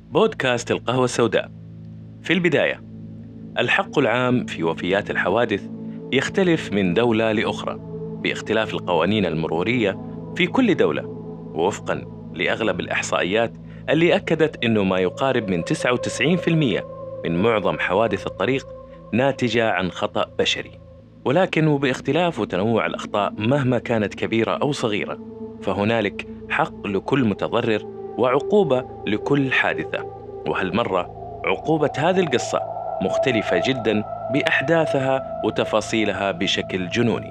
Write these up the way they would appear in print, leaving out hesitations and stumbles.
بودكاست القهوة السوداء. في البداية، الحق العام في وفيات الحوادث يختلف من دولة لأخرى باختلاف القوانين المرورية في كل دولة، ووفقاً لأغلب الإحصائيات اللي أكدت أنه ما يقارب من 99% من معظم حوادث الطريق ناتجة عن خطأ بشري. ولكن وباختلاف وتنوع الأخطاء مهما كانت كبيرة أو صغيرة، فهنالك حق لكل متضرر وعقوبة لكل حادثة. وهالمرة عقوبة هذه القصة مختلفة جدا بأحداثها وتفاصيلها بشكل جنوني.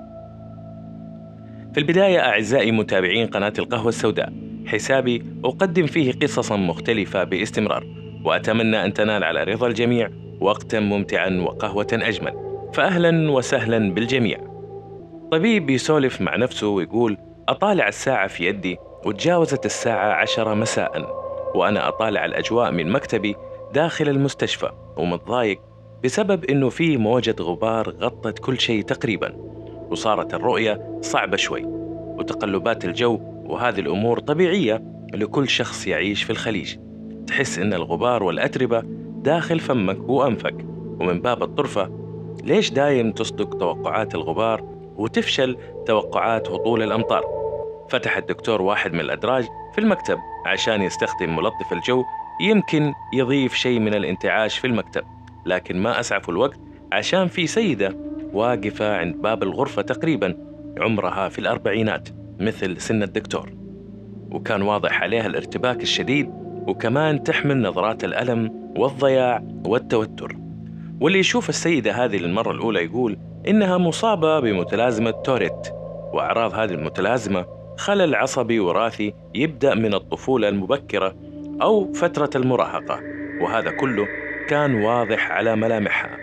في البداية أعزائي متابعين قناة القهوة السوداء، حسابي أقدم فيه قصصا مختلفة باستمرار، وأتمنى أن تنال على رضا الجميع وقتا ممتعا وقهوة أجمل. فأهلا وسهلا بالجميع. طبيب يسولف مع نفسه ويقول: أطالع الساعة في يدي وتجاوزت الساعة 10 مساء، وأنا أطالع الأجواء من مكتبي داخل المستشفى ومتضايق بسبب إنه في موجة غبار غطت كل شيء تقريبا، وصارت الرؤية صعبة شوي، وتقلبات الجو، وهذه الأمور طبيعية لكل شخص يعيش في الخليج. تحس إن الغبار والأتربة داخل فمك وأنفك، ومن باب الطرفة ليش دايم تصدق توقعات الغبار وتفشل توقعات هطول الأمطار؟ فتح الدكتور واحد من الأدراج في المكتب عشان يستخدم ملطف الجو يمكن يضيف شيء من الانتعاش في المكتب، لكن ما أسعفوا الوقت عشان في سيدة واقفة عند باب الغرفة تقريبا عمرها في الأربعينات مثل سن الدكتور، وكان واضح عليها الارتباك الشديد، وكمان تحمل نظرات الألم والضياع والتوتر. واللي يشوف السيدة هذه للمرة الأولى يقول إنها مصابة بمتلازمة توريت، وأعراض هذه المتلازمة خلل عصبي وراثي يبدأ من الطفولة المبكرة أو فترة المراهقة، وهذا كله كان واضح على ملامحها.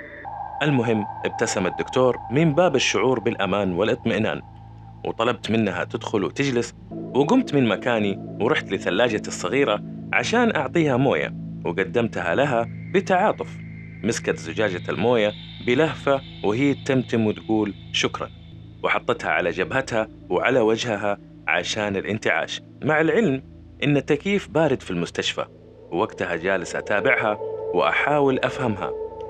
المهم ابتسم الدكتور من باب الشعور بالأمان والاطمئنان، وطلبت منها تدخل وتجلس، وقمت من مكاني ورحت لثلاجتي الصغيرة عشان أعطيها موية، وقدمتها لها بتعاطف. مسكت زجاجة الموية بلهفة وهي تمتم وتقول شكرا، وحطتها على جبهتها وعلى وجهها عشان الانتعاش، مع العلم إن التكييف بارد في المستشفى. ووقتها جالس أتابعها وأحاول أفهمها.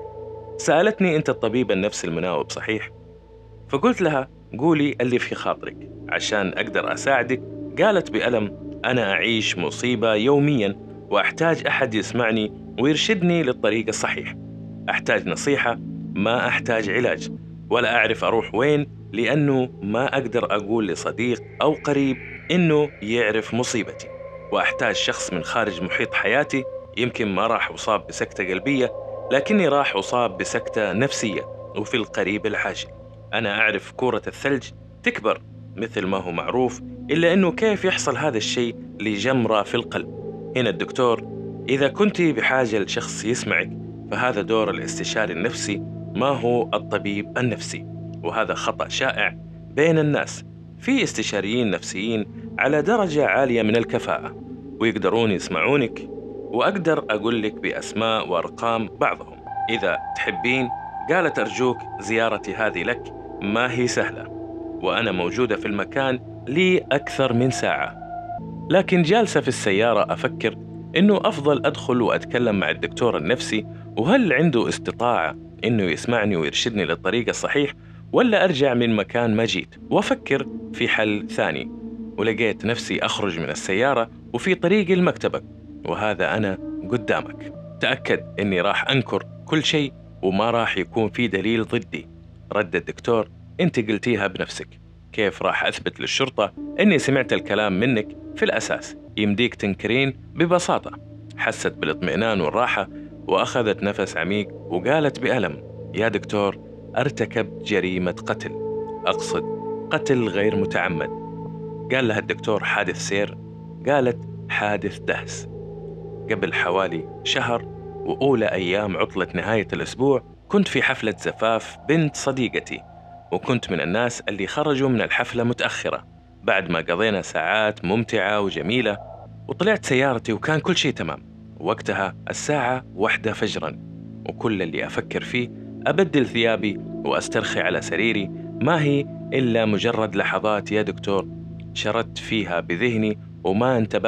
سألتني: أنت الطبيب النفسي المناوب صحيح؟ فقلت لها: قولي اللي في خاطرك عشان أقدر أساعدك. قالت بألم: أنا أعيش مصيبة يوميا، وأحتاج أحد يسمعني ويرشدني للطريق الصحيح. أحتاج نصيحة، ما أحتاج علاج، ولا أعرف أروح وين، لأنه ما أقدر أقول لصديق أو قريب إنه يعرف مصيبتي. وأحتاج شخص من خارج محيط حياتي. يمكن ما راح أصاب بسكتة قلبية، لكني راح أصاب بسكتة نفسية، وفي القريب العاجل. أنا أعرف كرة الثلج تكبر مثل ما هو معروف، إلا أنه كيف يحصل هذا الشيء لجمرة في القلب؟ هنا الدكتور: إذا كنت بحاجة لشخص يسمعك، فهذا دور الاستشاري النفسي، ما هو الطبيب النفسي. وهذا خطأ شائع بين الناس. في استشاريين نفسيين على درجة عالية من الكفاءة ويقدرون يسمعونك، وأقدر أقول لك بأسماء وأرقام بعضهم إذا تحبين. قالت: أرجوك زيارتي هذه لك ما هي سهلة، وأنا موجودة في المكان لي أكثر من ساعة. لكن جالسة في السيارة أفكر إنه أفضل أدخل وأتكلم مع الدكتور النفسي، وهل عنده استطاعة إنه يسمعني ويرشدني للطريق الصحيح، ولا أرجع من مكان ما جيت وأفكر في حل ثاني. ولقيت نفسي أخرج من السيارة وفي طريقي لمكتبك، وهذا أنا قدامك. تأكد إني راح أنكر كل شيء وما راح يكون في دليل ضدي. رد الدكتور: أنت قلتيها بنفسك، كيف راح أثبت للشرطة أني سمعت الكلام منك؟ في الأساس يمديك تنكرين ببساطة. حست بالاطمئنان والراحة وأخذت نفس عميق وقالت بألم: يا دكتور، ارتكبت جريمة قتل، أقصد قتل غير متعمد. قال لها الدكتور: حادث سير؟ قالت: حادث دهس. قبل حوالي شهر وأولى أيام عطلة نهاية الأسبوع كنت في حفلة زفاف بنت صديقتي، وكنت من الناس اللي خرجوا من الحفلة متأخرة بعد ما قضينا ساعات ممتعة وجميلة. وطلعت سيارتي وكان كل شيء تمام. وقتها الساعة 1 فجرا، وكل اللي أفكر فيه أبدل ثيابي وأسترخي على سريري. ما هي إلا مجرد لحظات يا دكتور شردت فيها بذهني وما انتبهت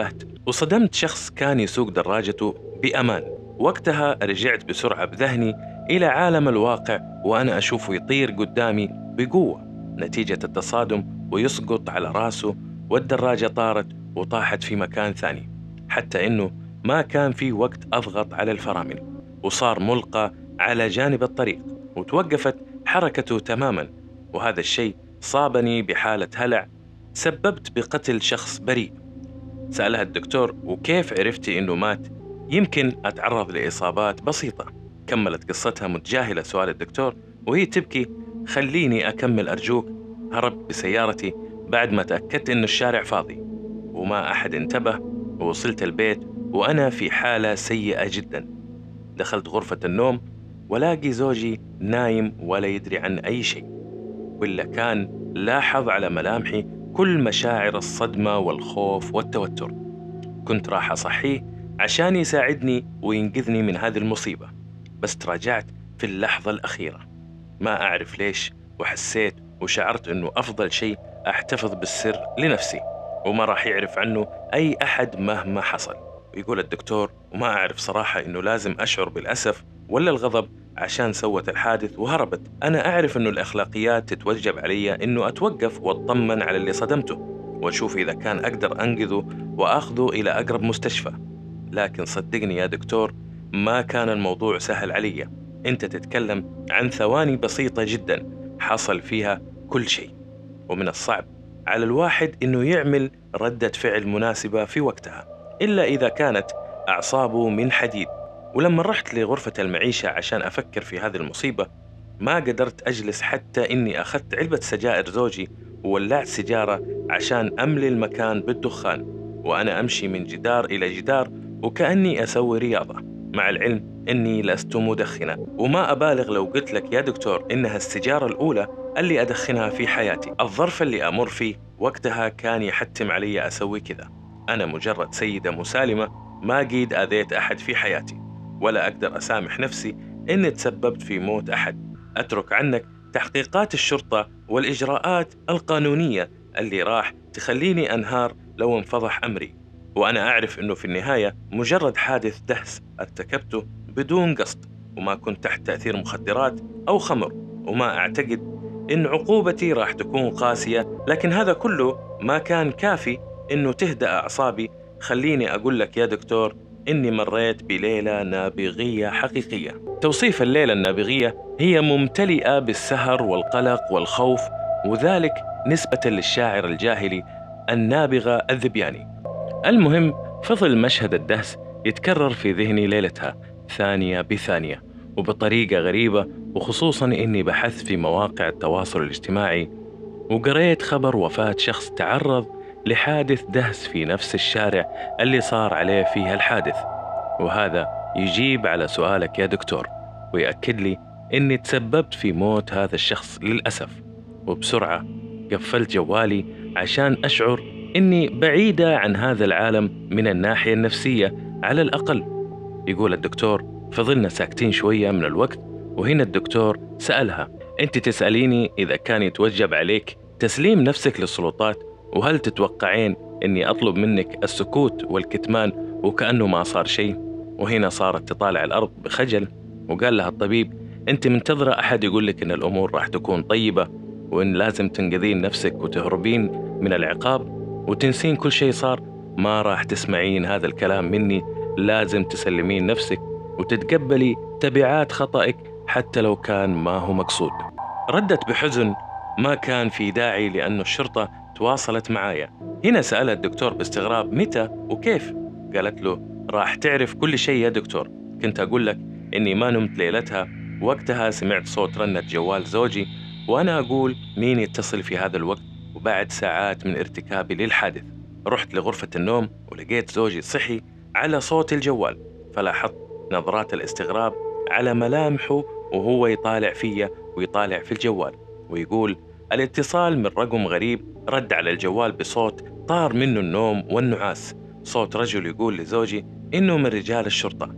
وصدمت شخص كان يسوق دراجته بأمان. وقتها رجعت بسرعة بذهني إلى عالم الواقع وأنا أشوفه يطير قدامي بقوة نتيجة التصادم ويسقط على راسه، والدراجة طارت وطاحت في مكان ثاني، حتى إنه ما كان في وقت أضغط على الفرامل، وصار ملقى على جانب الطريق وتوقفت حركته تماما. وهذا الشيء صابني بحالة هلع، سببت بقتل شخص بريء. سألها الدكتور: وكيف عرفتي إنه مات؟ يمكن أتعرض لإصابات بسيطة. كملت قصتها متجاهلة سؤال الدكتور وهي تبكي: خليني أكمل أرجوك. هربت بسيارتي بعد ما تأكدت إنه الشارع فاضي وما أحد انتبه، ووصلت البيت وأنا في حالة سيئة جدا. دخلت غرفة النوم ولاقي زوجي نايم ولا يدري عن أي شيء، ولا كان لاحظ على ملامحي كل مشاعر الصدمة والخوف والتوتر. كنت راح أصحيه عشان يساعدني وينقذني من هذه المصيبة، بس تراجعت في اللحظة الأخيرة. ما أعرف ليش، وحسيت وشعرت أنه أفضل شيء أحتفظ بالسر لنفسي وما راح يعرف عنه أي أحد مهما حصل. ويقول الدكتور: وما أعرف صراحة أنه لازم أشعر بالأسف ولا الغضب عشان سوت الحادث وهربت. أنا أعرف أنه الأخلاقيات تتوجب علي أنه أتوقف وأطمن على اللي صدمته وأشوف إذا كان أقدر أنقذه وأخذه إلى أقرب مستشفى. لكن صدقني يا دكتور، ما كان الموضوع سهل علي. أنت تتكلم عن ثواني بسيطة جدا حصل فيها كل شيء، ومن الصعب على الواحد إنه يعمل ردة فعل مناسبة في وقتها إلا إذا كانت أعصابه من حديد. ولما رحت لغرفة المعيشة عشان أفكر في هذه المصيبة، ما قدرت أجلس حتى إني أخذت علبة سجائر زوجي وولعت سيجارة عشان أملي المكان بالدخان، وأنا أمشي من جدار إلى جدار وكأني أسوي رياضة، مع العلم إني لست مدخنة. وما أبالغ لو قلت لك يا دكتور إنها السيجارة الأولى اللي أدخنها في حياتي. الظرف اللي أمر فيه وقتها كان يحتم علي أسوي كذا. أنا مجرد سيدة مسالمة، ما قيد أذيت أحد في حياتي، ولا أقدر أسامح نفسي إني تسببت في موت أحد. أترك عنك تحقيقات الشرطة والإجراءات القانونية اللي راح تخليني أنهار لو انفضح أمري. وأنا أعرف إنه في النهاية مجرد حادث دهس ارتكبته بدون قصد، وما كنت تحت تأثير مخدرات أو خمر، وما أعتقد إن عقوبتي راح تكون قاسية. لكن هذا كله ما كان كافي إنه تهدأ أعصابي. خليني أقول لك يا دكتور إني مريت بليلة نابغية حقيقية. توصيف الليلة النابغية هي ممتلئة بالسهر والقلق والخوف، وذلك نسبة للشاعر الجاهلي النابغة الذبياني. المهم، فضل مشهد الدهس يتكرر في ذهني ليلتها ثانية بثانية وبطريقة غريبة، وخصوصاً إني بحثت في مواقع التواصل الاجتماعي وقريت خبر وفاة شخص تعرض لحادث دهس في نفس الشارع اللي صار عليه فيه الحادث. وهذا يجيب على سؤالك يا دكتور، ويأكد لي إني تسببت في موت هذا الشخص للأسف. وبسرعة قفلت جوالي عشان أشعر إني بعيدة عن هذا العالم من الناحية النفسية على الأقل. يقول الدكتور: فضلنا ساكتين شوية من الوقت، وهنا الدكتور سألها: أنت تسأليني إذا كان يتوجب عليك تسليم نفسك للسلطات، وهل تتوقعين إني أطلب منك السكوت والكتمان وكأنه ما صار شيء؟ وهنا صارت تطالع الأرض بخجل. وقال لها الطبيب: أنت منتظرة أحد يقول لك إن الأمور راح تكون طيبة وإن لازم تنقذين نفسك وتهربين من العقاب وتنسين كل شيء صار؟ ما راح تسمعين هذا الكلام مني. لازم تسلمين نفسك وتتقبلي تبعات خطأك حتى لو كان ما هو مقصود. ردت بحزن: ما كان في داعي لأن الشرطة تواصلت معايا. هنا سألها الدكتور باستغراب: متى وكيف؟ قالت له: راح تعرف كل شيء يا دكتور. كنت أقول لك إني ما نمت ليلتها. وقتها سمعت صوت رنة جوال زوجي وأنا أقول مين يتصل في هذا الوقت، وبعد ساعات من ارتكابي للحادث رحت لغرفة النوم ولقيت زوجي صحي على صوت الجوال، فلاحظت نظرات الاستغراب على ملامحه وهو يطالع فيا ويطالع في الجوال ويقول: الاتصال من رقم غريب. رد على الجوال بصوت طار منه النوم والنعاس، صوت رجل يقول لزوجي إنه من رجال الشرطة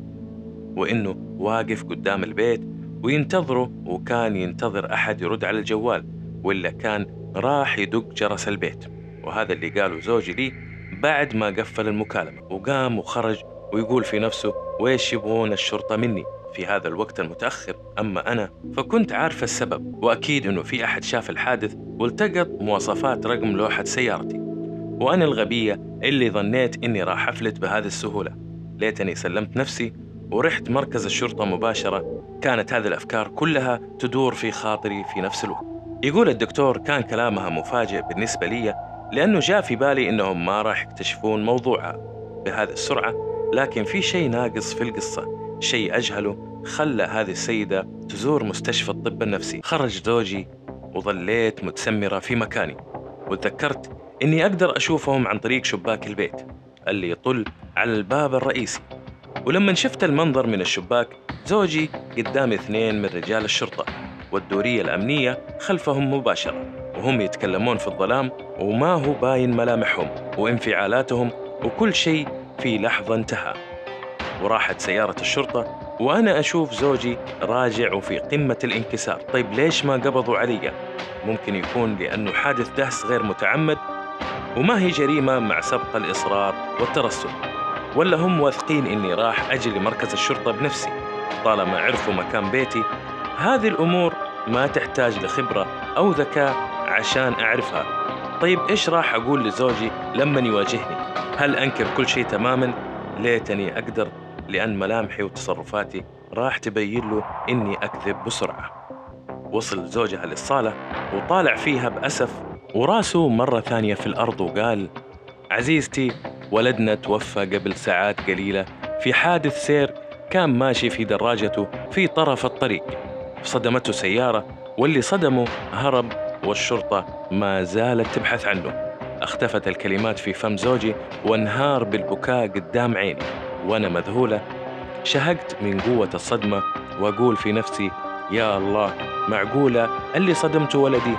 وإنه واقف قدام البيت وينتظره، وكان ينتظر أحد يرد على الجوال ولا كان راح يدق جرس البيت. وهذا اللي قاله زوجي لي بعد ما قفل المكالمة، وقام وخرج ويقول في نفسه ويش يبغون الشرطة مني في هذا الوقت المتأخر. أما أنا فكنت عارف السبب، وأكيد أنه في أحد شاف الحادث والتقط مواصفات رقم لوحة سيارتي، وأنا الغبية اللي ظنيت إني راح أفلت بهذه السهولة. ليتني سلمت نفسي ورحت مركز الشرطة مباشرة. كانت هذه الأفكار كلها تدور في خاطري في نفس الوقت. يقول الدكتور كان كلامها مفاجئ بالنسبة لي، لأنه جاء في بالي إنهم ما راح يكتشفون موضوعها بهذه السرعة، لكن في شيء ناقص في القصة، شيء أجهله خلى هذه السيدة تزور مستشفى الطب النفسي. خرج زوجي وظليت متسمرة في مكاني، وتذكرت إني أقدر أشوفهم عن طريق شباك البيت اللي يطل على الباب الرئيسي. ولما شفت المنظر من الشباك، زوجي قدام 2 من رجال الشرطة والدورية الأمنية خلفهم مباشرة، وهم يتكلمون في الظلام وما هو باين ملامحهم وانفعالاتهم، وكل شيء في لحظة انتهى. وراحت سيارة الشرطة وأنا أشوف زوجي راجع وفي قمة الانكسار. طيب ليش ما قبضوا علي؟ ممكن يكون لأنه حادث دهس غير متعمد وما هي جريمة مع سبق الإصرار والترصد، ولا هم واثقين إني راح أجي لمركز الشرطة بنفسي طالما عرفوا مكان بيتي. هذه الأمور ما تحتاج لخبرة أو ذكاء عشان أعرفها. طيب إيش راح أقول لزوجي لما يواجهني؟ هل أنكر كل شيء تماماً؟ ليتني أقدر، لأن ملامحي وتصرفاتي راح تبين له إني أكذب بسرعة. وصل زوجها للصالة وطالع فيها بأسف وراسه مرة ثانية في الأرض، وقال: عزيزتي، ولدنا توفى قبل ساعات قليلة في حادث سير، كان ماشي في دراجته في طرف الطريق، صدمته سيارة واللي صدمه هرب، والشرطة ما زالت تبحث عنه. اختفت الكلمات في فم زوجي وانهار بالبكاء قدام عيني، وأنا مذهولة شهقت من قوة الصدمة وأقول في نفسي: يا الله، معقولة اللي صدمته ولدي؟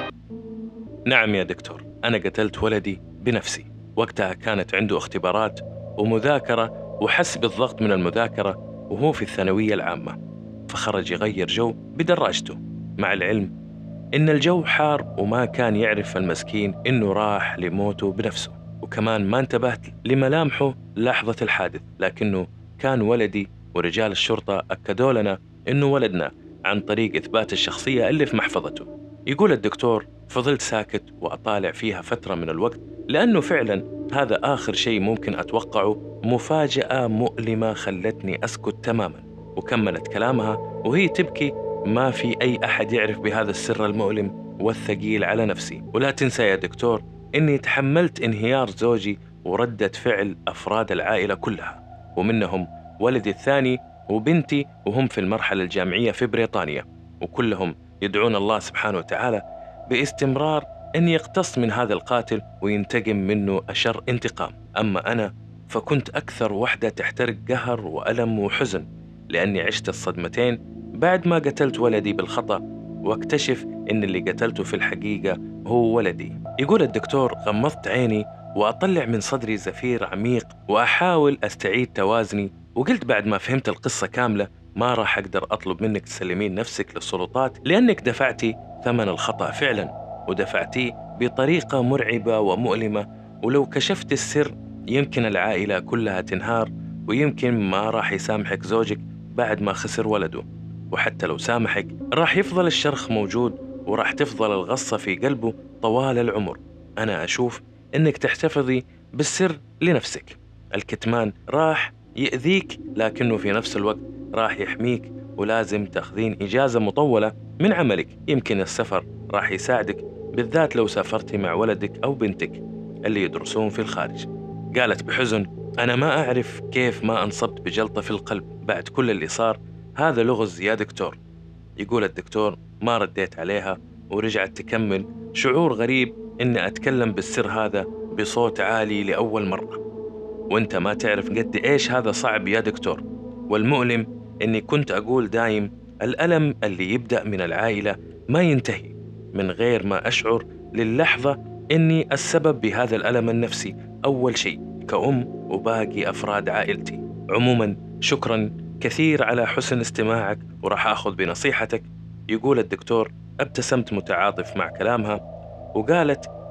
نعم يا دكتور، أنا قتلت ولدي بنفسي. وقتها كانت عنده اختبارات ومذاكرة، وحس بالضغط من المذاكرة وهو في الثانوية العامة، فخرج يغير جو بدراجته، مع العلم إن الجو حار وما كان يعرف المسكين إنه راح لموته بنفسه. وكمان ما انتبهت لملامحه لحظة الحادث، لكنه كان ولدي، ورجال الشرطة أكدوا لنا إنه ولدنا عن طريق إثبات الشخصية اللي في محفظته. يقول الدكتور فضلت ساكت وأطالع فيها فترة من الوقت، لأنه فعلا هذا آخر شيء ممكن أتوقعه. مفاجأة مؤلمة خلتني أسكت تماما. وكملت كلامها وهي تبكي: ما في أي أحد يعرف بهذا السر المؤلم والثقيل على نفسي. ولا تنسى يا دكتور إني تحملت انهيار زوجي وردة فعل أفراد العائلة كلها، ومنهم ولدي الثاني وبنتي، وهم في المرحلة الجامعية في بريطانيا، وكلهم يدعون الله سبحانه وتعالى باستمرار أن يقتص من هذا القاتل وينتقم منه أشر انتقام. أما أنا فكنت أكثر وحدة تحترق قهر وألم وحزن، لأني عشت الصدمتين بعد ما قتلت ولدي بالخطأ واكتشف إن اللي قتلته في الحقيقة هو ولدي. يقول الدكتور غمضت عيني وأطلع من صدري زفير عميق وأحاول أستعيد توازني، وقلت بعد ما فهمت القصة كاملة ما راح أقدر أطلب منك تسلمين نفسك للسلطات، لأنك دفعتي ثمن الخطأ فعلا، ودفعتيه بطريقة مرعبة ومؤلمة. ولو كشفت السر يمكن العائلة كلها تنهار، ويمكن ما راح يسامحك زوجك بعد ما خسر ولده، وحتى لو سامحك راح يفضل الشرخ موجود وراح تفضل الغصة في قلبه طوال العمر. أنا أشوف إنك تحتفظي بالسر لنفسك. الكتمان راح يأذيك، لكنه في نفس الوقت راح يحميك، ولازم تاخذين إجازة مطولة من عملك. يمكن السفر راح يساعدك، بالذات لو سافرتي مع ولدك أو بنتك اللي يدرسون في الخارج. قالت بحزن: أنا ما أعرف كيف ما انصبت بجلطة في القلب بعد كل اللي صار، هذا لغز يا دكتور. يقول الدكتور ما رديت عليها، ورجعت تكمل: شعور غريب إني أتكلم بالسر هذا بصوت عالي لأول مرة، وإنت ما تعرف قد إيش هذا صعب يا دكتور. والمؤلم إني كنت أقول دايم الألم اللي يبدأ من العائلة ما ينتهي، من غير ما أشعر للحظة إني السبب بهذا الألم النفسي أول شيء كأم وباقي أفراد عائلتي. عموما شكرا كثير على حسن استماعك، وراح أخذ بنصيحتك. يقول الدكتور ابتسمت متعاطف مع كلامها، وقالت: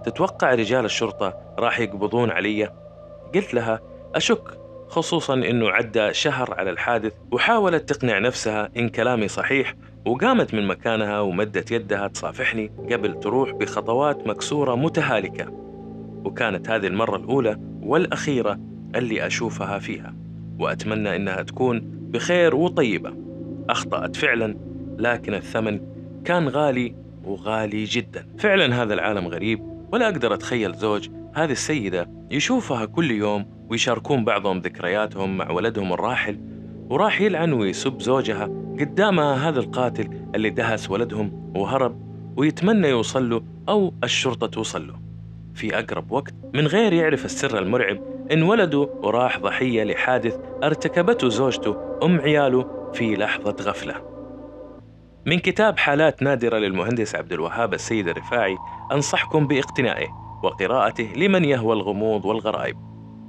تتوقع رجال الشرطة راح يقبضون علي؟ قلت لها أشك، خصوصا إنه عدى شهر على الحادث. وحاولت تقنع نفسها إن كلامي صحيح، وقامت من مكانها ومدت يدها تصافحني قبل تروح بخطوات مكسورة متهالكة. وكانت هذه المرة الأولى والأخيرة اللي أشوفها فيها، وأتمنى إنها تكون بخير وطيبة. أخطأت فعلا، لكن الثمن كان غالي، وغالي جدا. فعلا هذا العالم غريب، ولا أقدر أتخيل زوج هذه السيدة يشوفها كل يوم، ويشاركون بعضهم ذكرياتهم مع ولدهم الراحل، وراح يلعن ويسب زوجها قدامها هذا القاتل اللي دهس ولدهم وهرب، ويتمنى يوصل له أو الشرطة توصل له في أقرب وقت، من غير يعرف السر المرعب إن ولده راح ضحية لحادث ارتكبته زوجته أم عياله في لحظة غفلة. من كتاب حالات نادرة للمهندس عبد الوهاب السيد الرفاعي، أنصحكم باقتنائه وقراءته لمن يهوى الغموض والغرائب.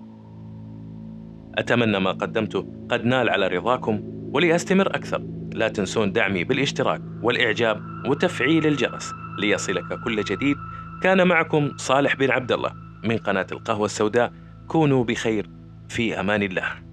أتمنى ما قدمته قد نال على رضاكم، ولأستمر أكثر لا تنسون دعمي بالاشتراك والإعجاب وتفعيل الجرس ليصلك كل جديد. كان معكم صالح بن عبد الله من قناة القهوة السوداء. كونوا بخير، في أمان الله.